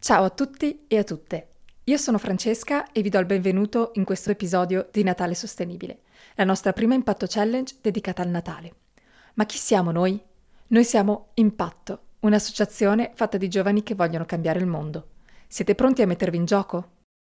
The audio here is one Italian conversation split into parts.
Ciao a tutti e a tutte. Io sono Francesca e vi do il benvenuto in questo episodio di Natale Sostenibile, la nostra prima Impatto Challenge dedicata al Natale. Ma chi siamo noi? Noi siamo Impatto, un'associazione fatta di giovani che vogliono cambiare il mondo. Siete pronti a mettervi in gioco?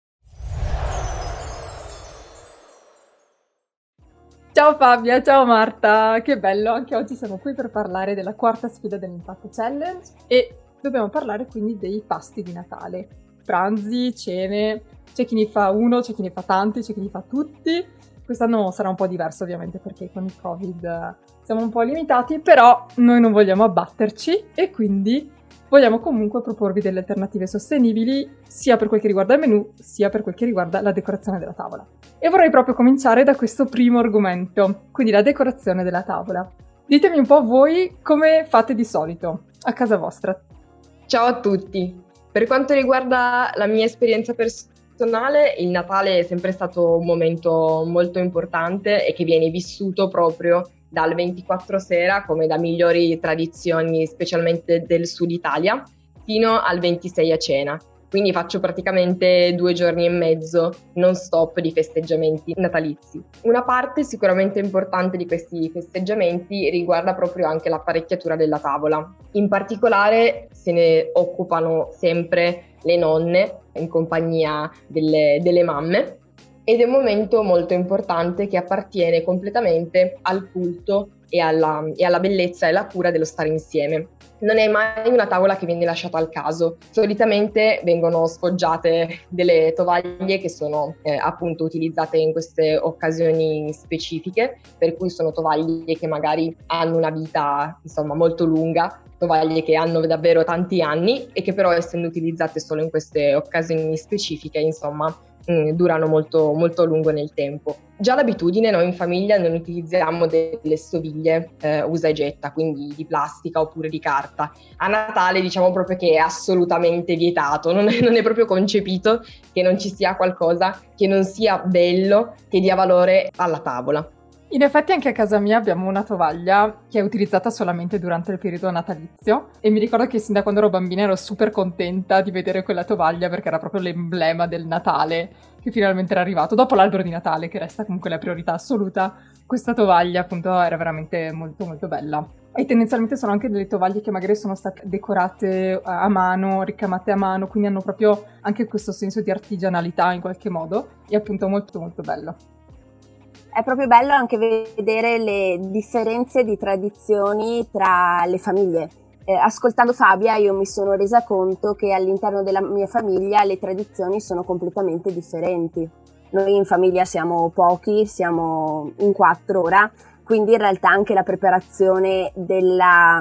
Ciao Fabia, ciao Marta, che bello, anche oggi siamo qui per parlare della quarta sfida dell'Impatto Challenge e dobbiamo parlare quindi dei pasti di Natale, pranzi, cene, c'è chi ne fa uno, c'è chi ne fa tanti, c'è chi ne fa tutti. Quest'anno sarà un po' diverso ovviamente perché con il Covid siamo un po' limitati, però noi non vogliamo abbatterci e quindi vogliamo comunque proporvi delle alternative sostenibili sia per quel che riguarda il menù, sia per quel che riguarda la decorazione della tavola. E vorrei proprio cominciare da questo primo argomento, quindi la decorazione della tavola. Ditemi un po' voi come fate di solito a casa vostra. Ciao a tutti! Per quanto riguarda la mia esperienza personale, il Natale è sempre stato un momento molto importante e che viene vissuto proprio dal 24 sera come da migliori tradizioni, specialmente del sud Italia, fino al 26 a cena. Quindi faccio praticamente 2 giorni e mezzo non stop di festeggiamenti natalizi. Una parte sicuramente importante di questi festeggiamenti riguarda proprio anche l'apparecchiatura della tavola. In particolare se ne occupano sempre le nonne in compagnia delle mamme ed è un momento molto importante che appartiene completamente al culto e alla bellezza e alla cura dello stare insieme. Non è mai una tavola che viene lasciata al caso. Solitamente vengono sfoggiate delle tovaglie che sono appunto utilizzate in queste occasioni specifiche, per cui sono tovaglie che magari hanno una vita insomma molto lunga, tovaglie che hanno davvero tanti anni e che però essendo utilizzate solo in queste occasioni specifiche insomma durano molto, molto a lungo nel tempo. Già d'abitudine noi in famiglia non utilizziamo delle stoviglie usa e getta, quindi di plastica oppure di carta. A Natale diciamo proprio che è assolutamente vietato, non è proprio concepito che non ci sia qualcosa che non sia bello, che dia valore alla tavola. In effetti anche a casa mia abbiamo una tovaglia che è utilizzata solamente durante il periodo natalizio e mi ricordo che sin da quando ero bambina ero super contenta di vedere quella tovaglia perché era proprio l'emblema del Natale che finalmente era arrivato. Dopo l'albero di Natale, che resta comunque la priorità assoluta, questa tovaglia appunto era veramente molto molto bella. E tendenzialmente sono anche delle tovaglie che magari sono state decorate a mano, ricamate a mano, quindi hanno proprio anche questo senso di artigianalità in qualche modo e appunto molto molto bello. È proprio bello anche vedere le differenze di tradizioni tra le famiglie. Ascoltando Fabia io mi sono resa conto che all'interno della mia famiglia le tradizioni sono completamente differenti. Noi in famiglia siamo pochi, siamo in 4 ora, quindi in realtà anche la preparazione della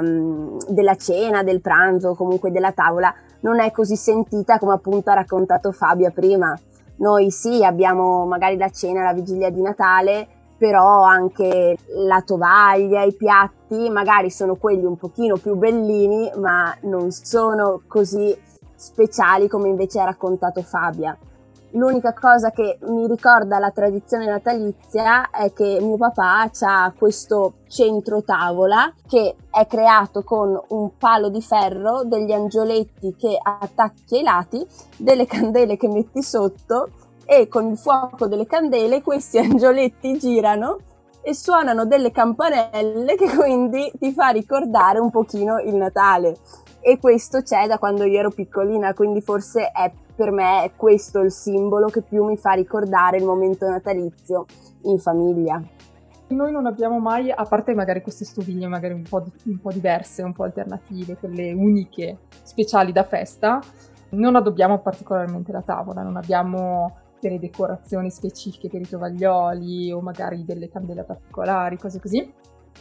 cena, del pranzo, comunque della tavola, non è così sentita come appunto ha raccontato Fabia prima. Noi sì, abbiamo magari la cena, la vigilia di Natale, però anche la tovaglia, i piatti, magari sono quelli un pochino più bellini, ma non sono così speciali come invece ha raccontato Fabia. L'unica cosa che mi ricorda la tradizione natalizia è che mio papà ha questo centro tavola che è creato con un palo di ferro, degli angioletti che attacchi ai lati, delle candele che metti sotto e con il fuoco delle candele questi angioletti girano e suonano delle campanelle che quindi ti fa ricordare un pochino il Natale. E questo c'è da quando io ero piccolina, quindi forse per me è questo il simbolo che più mi fa ricordare il momento natalizio in famiglia. Noi non abbiamo mai, a parte magari queste stoviglie magari un po' diverse, un po' alternative, quelle uniche, speciali da festa, non addobbiamo particolarmente la tavola, non abbiamo delle decorazioni specifiche per i tovaglioli o magari delle candele particolari, cose così.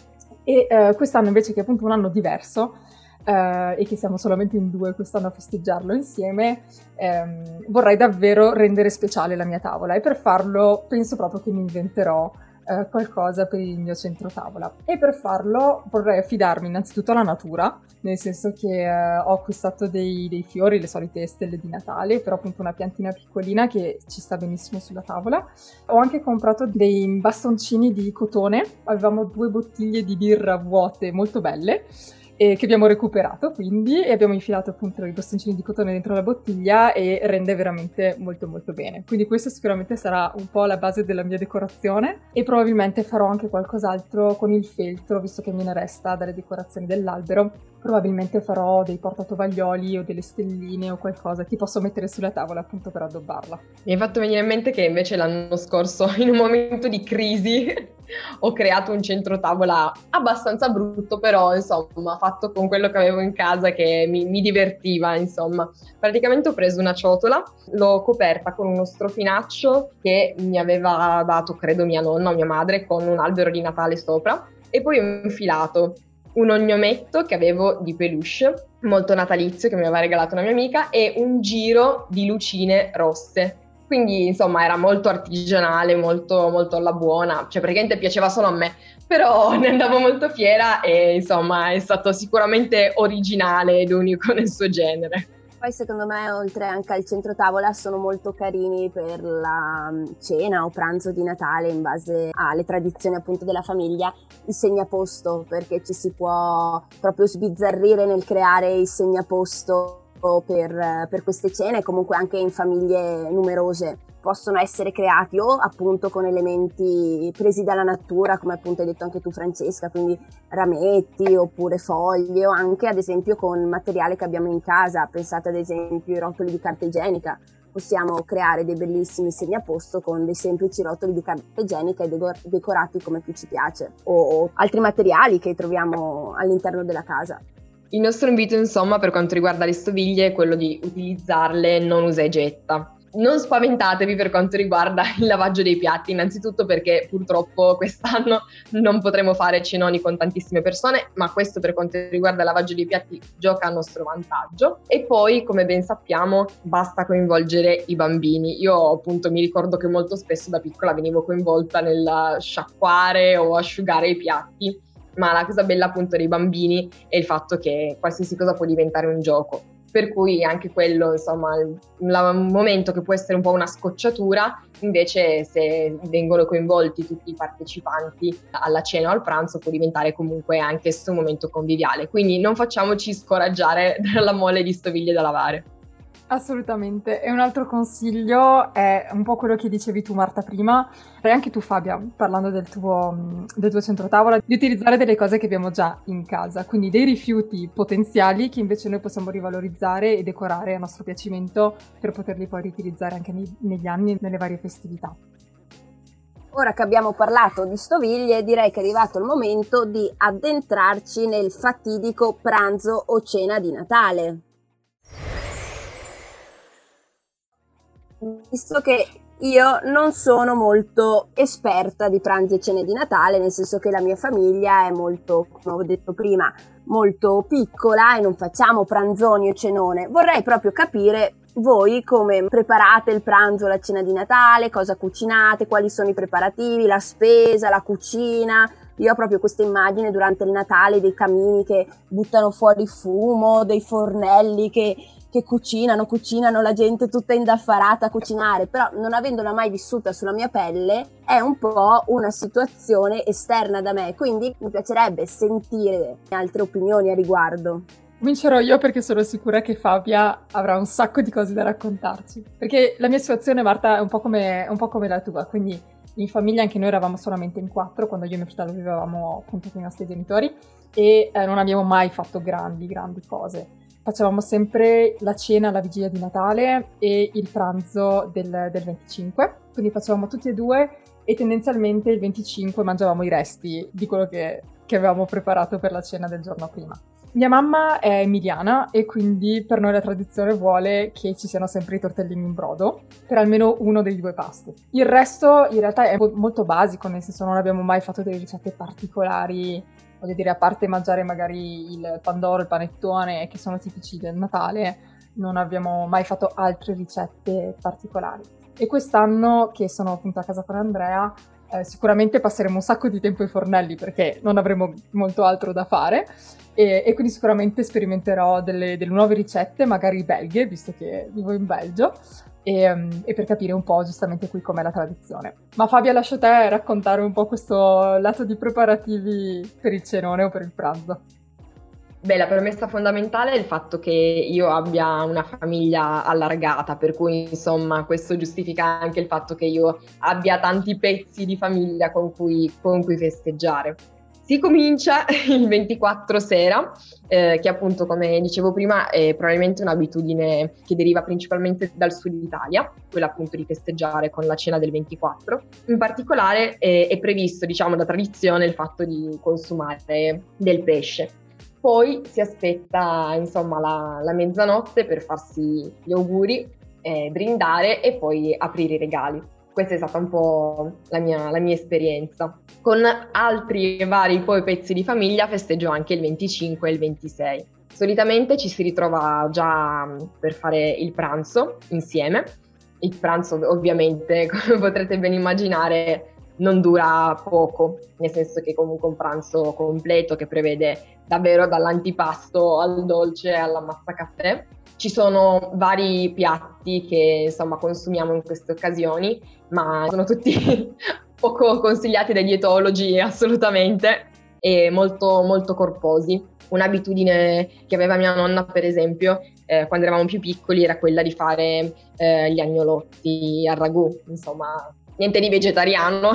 E quest'anno invece che è appunto un anno diverso, e che siamo solamente in 2 quest'anno a festeggiarlo insieme, vorrei davvero rendere speciale la mia tavola e per farlo penso proprio che mi inventerò qualcosa per il mio centro tavola e per farlo vorrei affidarmi innanzitutto alla natura, nel senso che ho acquistato dei fiori, le solite stelle di Natale, però appunto una piantina piccolina che ci sta benissimo sulla tavola. Ho anche comprato dei bastoncini di cotone, avevamo 2 bottiglie di birra vuote molto belle che abbiamo recuperato quindi, e abbiamo infilato appunto i bastoncini di cotone dentro la bottiglia e rende veramente molto molto bene. Quindi questo sicuramente sarà un po' la base della mia decorazione, e probabilmente farò anche qualcos'altro con il feltro, visto che me ne resta dalle decorazioni dell'albero. Probabilmente farò dei portatovaglioli o delle stelline o qualcosa che posso mettere sulla tavola appunto per addobbarla. Mi hai fatto venire in mente che invece l'anno scorso, in un momento di crisi, ho creato un centro tavola abbastanza brutto, però insomma fatto con quello che avevo in casa, che mi divertiva, insomma. Praticamente ho preso una ciotola, l'ho coperta con uno strofinaccio che mi aveva dato, credo, mia nonna o mia madre, con un albero di Natale sopra, e poi ho infilato un ognometto che avevo di peluche, molto natalizio, che mi aveva regalato una mia amica, e un giro di lucine rosse. Quindi insomma era molto artigianale, molto, molto alla buona, cioè praticamente piaceva solo a me, però ne andavo molto fiera e insomma è stato sicuramente originale ed unico nel suo genere. Poi secondo me, oltre anche al centro tavola, sono molto carini per la cena o pranzo di Natale, in base alle tradizioni appunto della famiglia, il segnaposto, perché ci si può proprio sbizzarrire nel creare il segnaposto per queste cene, comunque anche in famiglie numerose. Possono essere creati o appunto con elementi presi dalla natura, come appunto hai detto anche tu Francesca, quindi rametti oppure foglie, o anche ad esempio con materiale che abbiamo in casa. Pensate ad esempio ai rotoli di carta igienica, possiamo creare dei bellissimi segnaposto con dei semplici rotoli di carta igienica e decorati come più ci piace, o altri materiali che troviamo all'interno della casa. Il nostro invito insomma per quanto riguarda le stoviglie è quello di utilizzarle non usa e getta. Non spaventatevi per quanto riguarda il lavaggio dei piatti, innanzitutto perché purtroppo quest'anno non potremo fare cenoni con tantissime persone, ma questo per quanto riguarda il lavaggio dei piatti gioca a nostro vantaggio. E poi, come ben sappiamo, basta coinvolgere i bambini. Io appunto mi ricordo che molto spesso da piccola venivo coinvolta nel sciacquare o asciugare i piatti, ma la cosa bella appunto dei bambini è il fatto che qualsiasi cosa può diventare un gioco. Per cui anche quello, insomma, un momento che può essere un po' una scocciatura, invece se vengono coinvolti tutti i partecipanti alla cena o al pranzo può diventare comunque anche un momento conviviale. Quindi non facciamoci scoraggiare dalla mole di stoviglie da lavare. Assolutamente. E un altro consiglio è un po' quello che dicevi tu Marta prima, e anche tu Fabia, parlando del tuo centro tavola, di utilizzare delle cose che abbiamo già in casa, quindi dei rifiuti potenziali che invece noi possiamo rivalorizzare e decorare a nostro piacimento per poterli poi riutilizzare anche negli anni e nelle varie festività. Ora che abbiamo parlato di stoviglie, direi che è arrivato il momento di addentrarci nel fatidico pranzo o cena di Natale. Visto che io non sono molto esperta di pranzi e cene di Natale, nel senso che la mia famiglia è molto, come ho detto prima, molto piccola e non facciamo pranzoni o cenone, vorrei proprio capire voi come preparate il pranzo o la cena di Natale, cosa cucinate, quali sono i preparativi, la spesa, la cucina. Io ho proprio questa immagine durante il Natale dei camini che buttano fuori fumo, dei fornelli che cucinano, la gente tutta indaffarata a cucinare, però non avendola mai vissuta sulla mia pelle è un po' una situazione esterna da me, quindi mi piacerebbe sentire altre opinioni a riguardo. Comincerò io perché sono sicura che Fabia avrà un sacco di cose da raccontarci, perché la mia situazione, Marta, è un po' come la tua, quindi in famiglia anche noi eravamo solamente in 4 quando io e mio fratello vivevamo appunto con i nostri genitori e non abbiamo mai fatto grandi cose. Facevamo sempre la cena alla vigilia di Natale e il pranzo del 25, quindi facevamo tutti e due e tendenzialmente il 25 mangiavamo i resti di quello che avevamo preparato per la cena del giorno prima. Mia mamma è emiliana e quindi per noi la tradizione vuole che ci siano sempre i tortellini in brodo per almeno uno dei 2 pasti. Il resto in realtà è molto basico, nel senso non abbiamo mai fatto delle ricette particolari, voglio dire, a parte mangiare magari il pandoro, il panettone che sono tipici del Natale, non abbiamo mai fatto altre ricette particolari. E quest'anno che sono appunto a casa con Andrea sicuramente passeremo un sacco di tempo ai fornelli perché non avremo molto altro da fare e quindi sicuramente sperimenterò delle nuove ricette, magari belghe, visto che vivo in Belgio, e per capire un po' giustamente qui com'è la tradizione. Ma Fabia, lascio te raccontare un po' questo lato di preparativi per il cenone o per il pranzo. Beh, la premessa fondamentale è il fatto che io abbia una famiglia allargata, per cui insomma questo giustifica anche il fatto che io abbia tanti pezzi di famiglia con cui festeggiare. Si comincia il 24 sera, che appunto, come dicevo prima, è probabilmente un'abitudine che deriva principalmente dal sud Italia, quella appunto di festeggiare con la cena del 24. In particolare è previsto, diciamo, da tradizione il fatto di consumare del pesce. Poi si aspetta insomma la mezzanotte per farsi gli auguri, brindare e poi aprire i regali. Questa è stata un po' la mia esperienza. Con altri vari poi pezzi di famiglia festeggio anche il 25 e il 26. Solitamente ci si ritrova già per fare il pranzo insieme. Il pranzo ovviamente, come potrete ben immaginare, non dura poco, nel senso che comunque un pranzo completo che prevede davvero dall'antipasto al dolce alla mazzacaffè. Ci sono vari piatti che insomma consumiamo in queste occasioni, ma sono tutti poco consigliati dai dietologi assolutamente e molto, molto corposi. Un'abitudine che aveva mia nonna, per esempio, quando eravamo più piccoli, era quella di fare gli agnolotti al ragù, insomma, niente di vegetariano.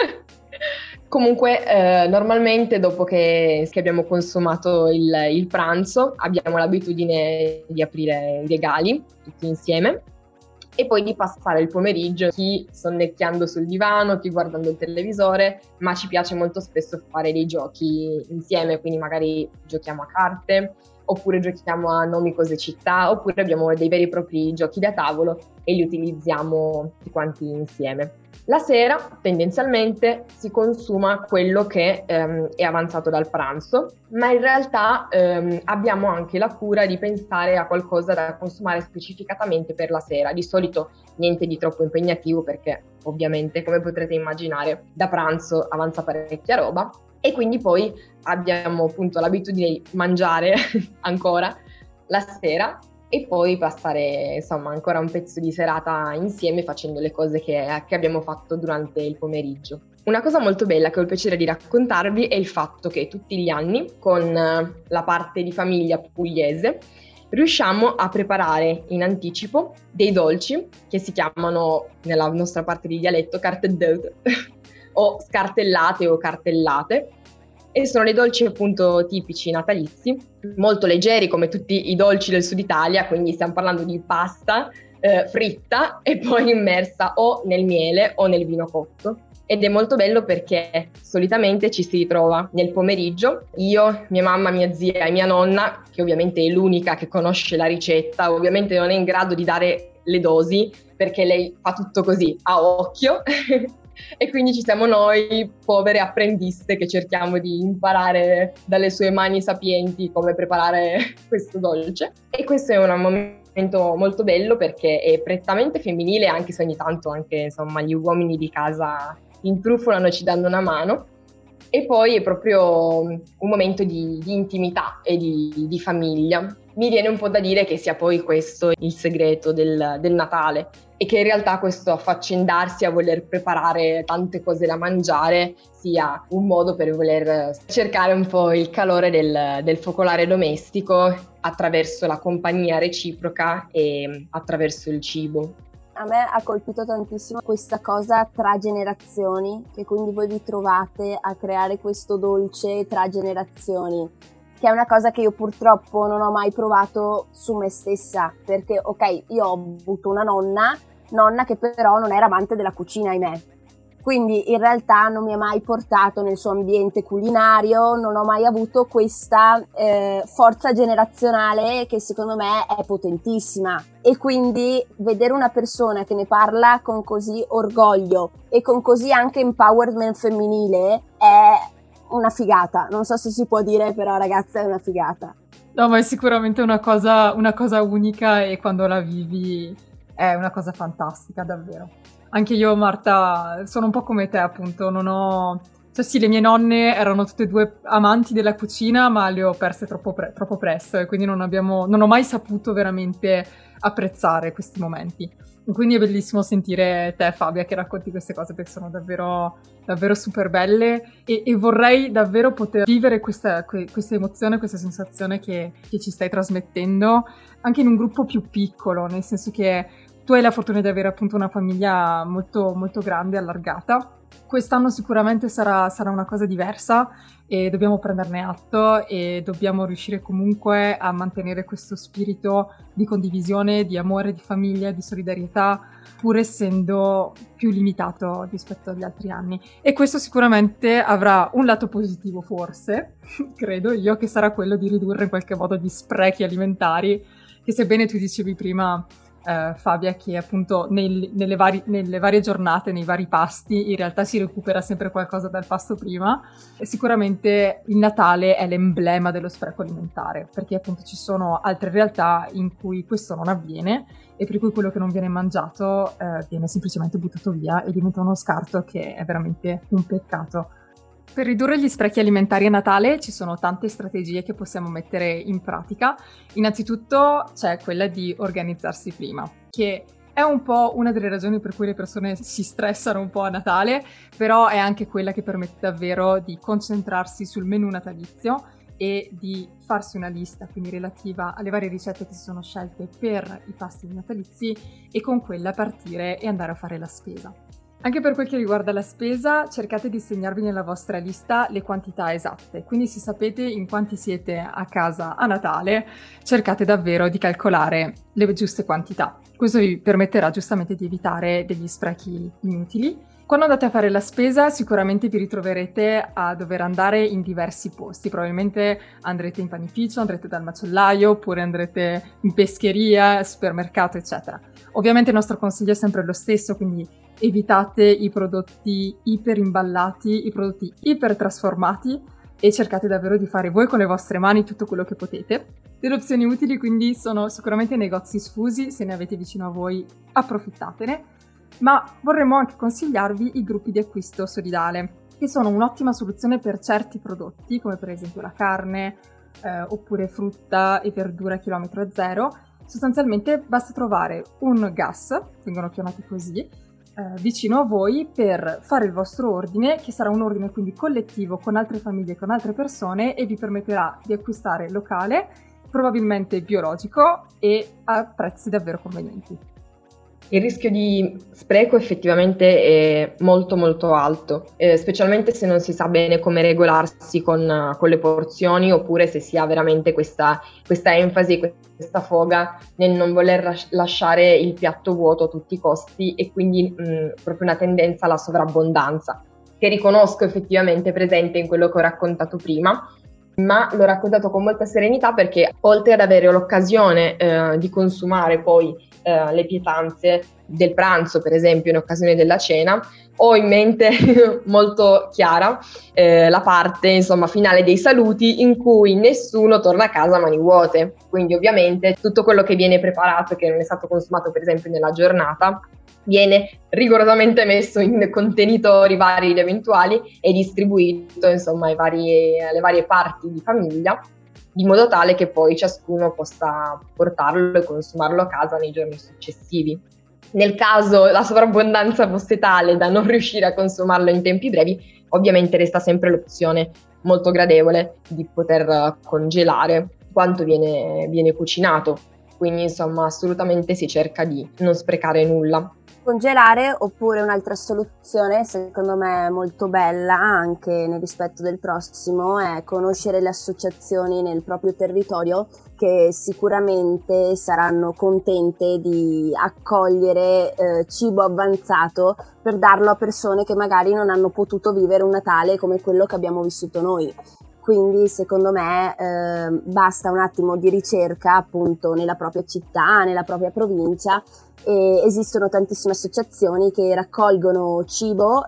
Comunque, normalmente dopo che abbiamo consumato il pranzo, abbiamo l'abitudine di aprire i regali tutti insieme e poi di passare il pomeriggio, chi sonnecchiando sul divano, chi guardando il televisore, ma ci piace molto spesso fare dei giochi insieme, quindi magari giochiamo a carte, oppure giochiamo a nomi, cose, città, oppure abbiamo dei veri e propri giochi da tavolo e li utilizziamo tutti quanti insieme. La sera tendenzialmente si consuma quello che è avanzato dal pranzo, ma in realtà abbiamo anche la cura di pensare a qualcosa da consumare specificatamente per la sera. Di solito niente di troppo impegnativo perché ovviamente, come potrete immaginare, da pranzo avanza parecchia roba e quindi poi abbiamo appunto l'abitudine di mangiare ancora la sera e poi passare insomma ancora un pezzo di serata insieme facendo le cose che abbiamo fatto durante il pomeriggio. Una cosa molto bella che ho il piacere di raccontarvi è il fatto che tutti gli anni con la parte di famiglia pugliese riusciamo a preparare in anticipo dei dolci che si chiamano nella nostra parte di dialetto cartedeu o scartellate o cartellate. E sono dei dolci appunto tipici natalizi, molto leggeri come tutti i dolci del sud Italia, quindi stiamo parlando di pasta fritta e poi immersa o nel miele o nel vino cotto. Ed è molto bello perché solitamente ci si ritrova nel pomeriggio, io, mia mamma, mia zia e mia nonna, che ovviamente è l'unica che conosce la ricetta, ovviamente non è in grado di dare le dosi perché lei fa tutto così a occhio. E quindi ci siamo noi, povere apprendiste, che cerchiamo di imparare dalle sue mani sapienti come preparare questo dolce. E questo è un momento molto bello perché è prettamente femminile, anche se ogni tanto anche insomma gli uomini di casa intrufolano e ci danno una mano. E poi è proprio un momento di intimità e di famiglia. Mi viene un po' da dire che sia poi questo il segreto del Natale e che in realtà questo affaccendarsi a voler preparare tante cose da mangiare sia un modo per voler cercare un po' il calore del focolare domestico attraverso la compagnia reciproca e attraverso il cibo. A me ha colpito tantissimo questa cosa tra generazioni, che quindi voi vi trovate a creare questo dolce tra generazioni, che è una cosa che io purtroppo non ho mai provato su me stessa, perché ok, io ho avuto una nonna che però non era amante della cucina, ahimè. Quindi in realtà non mi ha mai portato nel suo ambiente culinario, non ho mai avuto questa forza generazionale che secondo me è potentissima. E quindi vedere una persona che ne parla con così orgoglio e con così anche empowerment femminile è una figata. Non so se si può dire, però ragazza è una figata. No, ma è sicuramente una cosa unica e quando la vivi è una cosa fantastica, davvero. Anche io, Marta, sono un po' come te, appunto, non ho Cioè sì, le mie nonne erano tutte e due amanti della cucina, ma le ho perse troppo presto e quindi non ho mai saputo veramente apprezzare questi momenti. E quindi è bellissimo sentire te, Fabia, che racconti queste cose perché sono davvero, davvero super belle e vorrei davvero poter vivere questa emozione, questa sensazione che ci stai trasmettendo anche in un gruppo più piccolo, nel senso che tu hai la fortuna di avere appunto una famiglia molto, molto grande, allargata. Quest'anno sicuramente sarà una cosa diversa e dobbiamo prenderne atto e dobbiamo riuscire comunque a mantenere questo spirito di condivisione, di amore, di famiglia, di solidarietà, pur essendo più limitato rispetto agli altri anni. E questo sicuramente avrà un lato positivo, forse, credo io, che sarà quello di ridurre in qualche modo gli sprechi alimentari, che sebbene tu dicevi prima, Fabia, che appunto nelle varie giornate, nei vari pasti, in realtà si recupera sempre qualcosa dal pasto prima. E sicuramente il Natale è l'emblema dello spreco alimentare, perché appunto ci sono altre realtà in cui questo non avviene e per cui quello che non viene mangiato viene semplicemente buttato via e diventa uno scarto, che è veramente un peccato. Per ridurre gli sprechi alimentari a Natale ci sono tante strategie che possiamo mettere in pratica. Innanzitutto c'è quella di organizzarsi prima, che è un po' una delle ragioni per cui le persone si stressano un po' a Natale, però è anche quella che permette davvero di concentrarsi sul menù natalizio e di farsi una lista, quindi relativa alle varie ricette che si sono scelte per i pasti natalizi, e con quella partire e andare a fare la spesa. Anche per quel che riguarda la spesa, cercate di segnarvi nella vostra lista le quantità esatte, quindi se sapete in quanti siete a casa a Natale, cercate davvero di calcolare le giuste quantità. Questo vi permetterà giustamente di evitare degli sprechi inutili. Quando andate a fare la spesa sicuramente vi ritroverete a dover andare in diversi posti, probabilmente andrete in panificio, andrete dal macellaio, oppure andrete in pescheria, supermercato, eccetera. Ovviamente il nostro consiglio è sempre lo stesso, quindi evitate i prodotti iper imballati, i prodotti iper trasformati e cercate davvero di fare voi con le vostre mani tutto quello che potete. Delle opzioni utili quindi sono sicuramente negozi sfusi, se ne avete vicino a voi approfittatene, ma vorremmo anche consigliarvi i gruppi di acquisto solidale, che sono un'ottima soluzione per certi prodotti, come per esempio la carne, oppure frutta e verdura chilometro zero. Sostanzialmente basta trovare un gas, vengono chiamati così, vicino a voi per fare il vostro ordine, che sarà un ordine quindi collettivo con altre famiglie, con altre persone, e vi permetterà di acquistare locale, probabilmente biologico e a prezzi davvero convenienti. Il rischio di spreco effettivamente è molto molto alto, specialmente se non si sa bene come regolarsi con le porzioni, oppure se si ha veramente questa enfasi, questa foga nel non voler lasciare il piatto vuoto a tutti i costi, e quindi proprio una tendenza alla sovrabbondanza, che riconosco effettivamente presente in quello che ho raccontato prima, ma l'ho raccontato con molta serenità perché, oltre ad avere l'occasione di consumare poi le pietanze del pranzo, per esempio, in occasione della cena, ho in mente molto chiara la parte, insomma, finale dei saluti, in cui nessuno torna a casa a mani vuote. Quindi ovviamente tutto quello che viene preparato e che non è stato consumato, per esempio, nella giornata, viene rigorosamente messo in contenitori vari ed eventuali e distribuito, insomma, alle varie parti di famiglia, di modo tale che poi ciascuno possa portarlo e consumarlo a casa nei giorni successivi. Nel caso la sovrabbondanza fosse tale da non riuscire a consumarlo in tempi brevi, ovviamente resta sempre l'opzione molto gradevole di poter congelare quanto viene cucinato. Quindi, insomma, assolutamente si cerca di non sprecare nulla. Congelare, oppure un'altra soluzione, secondo me molto bella anche nel rispetto del prossimo, è conoscere le associazioni nel proprio territorio, che sicuramente saranno contente di accogliere cibo avanzato per darlo a persone che magari non hanno potuto vivere un Natale come quello che abbiamo vissuto noi. Quindi secondo me basta un attimo di ricerca appunto nella propria città, nella propria provincia, e esistono tantissime associazioni che raccolgono cibo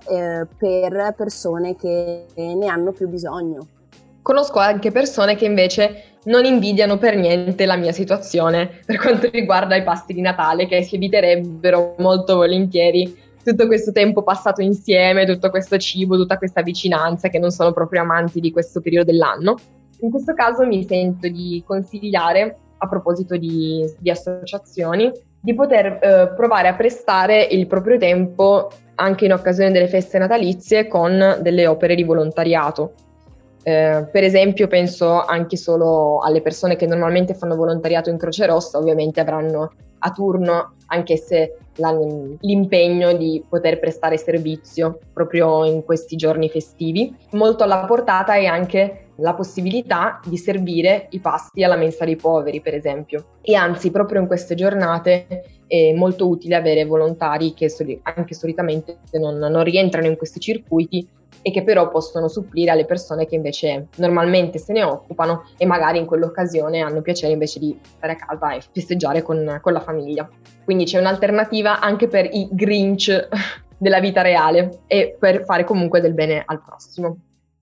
per persone che ne hanno più bisogno. Conosco anche persone che invece non invidiano per niente la mia situazione per quanto riguarda i pasti di Natale, che si eviterebbero molto volentieri tutto questo tempo passato insieme, tutto questo cibo, tutta questa vicinanza, che non sono proprio amanti di questo periodo dell'anno. In questo caso mi sento di consigliare, a proposito di associazioni, di poter provare a prestare il proprio tempo anche in occasione delle feste natalizie con delle opere di volontariato. Per esempio penso anche solo alle persone che normalmente fanno volontariato in Croce Rossa, ovviamente avranno a turno anche se l'impegno di poter prestare servizio proprio in questi giorni festivi. Molto alla portata è anche la possibilità di servire i pasti alla mensa dei poveri, per esempio. E anzi, proprio in queste giornate è molto utile avere volontari che anche solitamente non rientrano in questi circuiti e che però possono supplire alle persone che invece normalmente se ne occupano e magari in quell'occasione hanno piacere invece di stare a casa e festeggiare con la famiglia. Quindi c'è un'alternativa anche per i Grinch della vita reale e per fare comunque del bene al prossimo.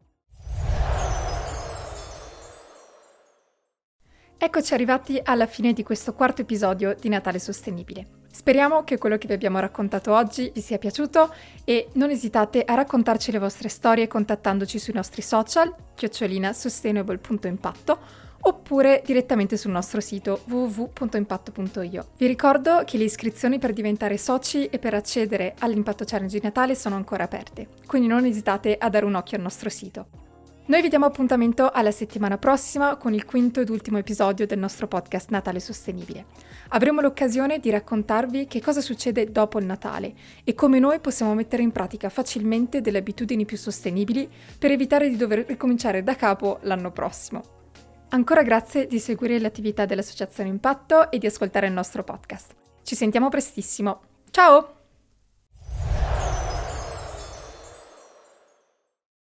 Eccoci arrivati alla fine di questo quarto episodio di Natale Sostenibile. Speriamo che quello che vi abbiamo raccontato oggi vi sia piaciuto e non esitate a raccontarci le vostre storie contattandoci sui nostri social, @sustainable.impatto, oppure direttamente sul nostro sito www.impatto.io. Vi ricordo che le iscrizioni per diventare soci e per accedere all'Impatto Challenge di Natale sono ancora aperte, quindi non esitate a dare un occhio al nostro sito. Noi vi diamo appuntamento alla settimana prossima con il quinto ed ultimo episodio del nostro podcast Natale Sostenibile. Avremo l'occasione di raccontarvi che cosa succede dopo il Natale e come noi possiamo mettere in pratica facilmente delle abitudini più sostenibili per evitare di dover ricominciare da capo l'anno prossimo. Ancora grazie di seguire l'attività dell'Associazione Impatto e di ascoltare il nostro podcast. Ci sentiamo prestissimo. Ciao!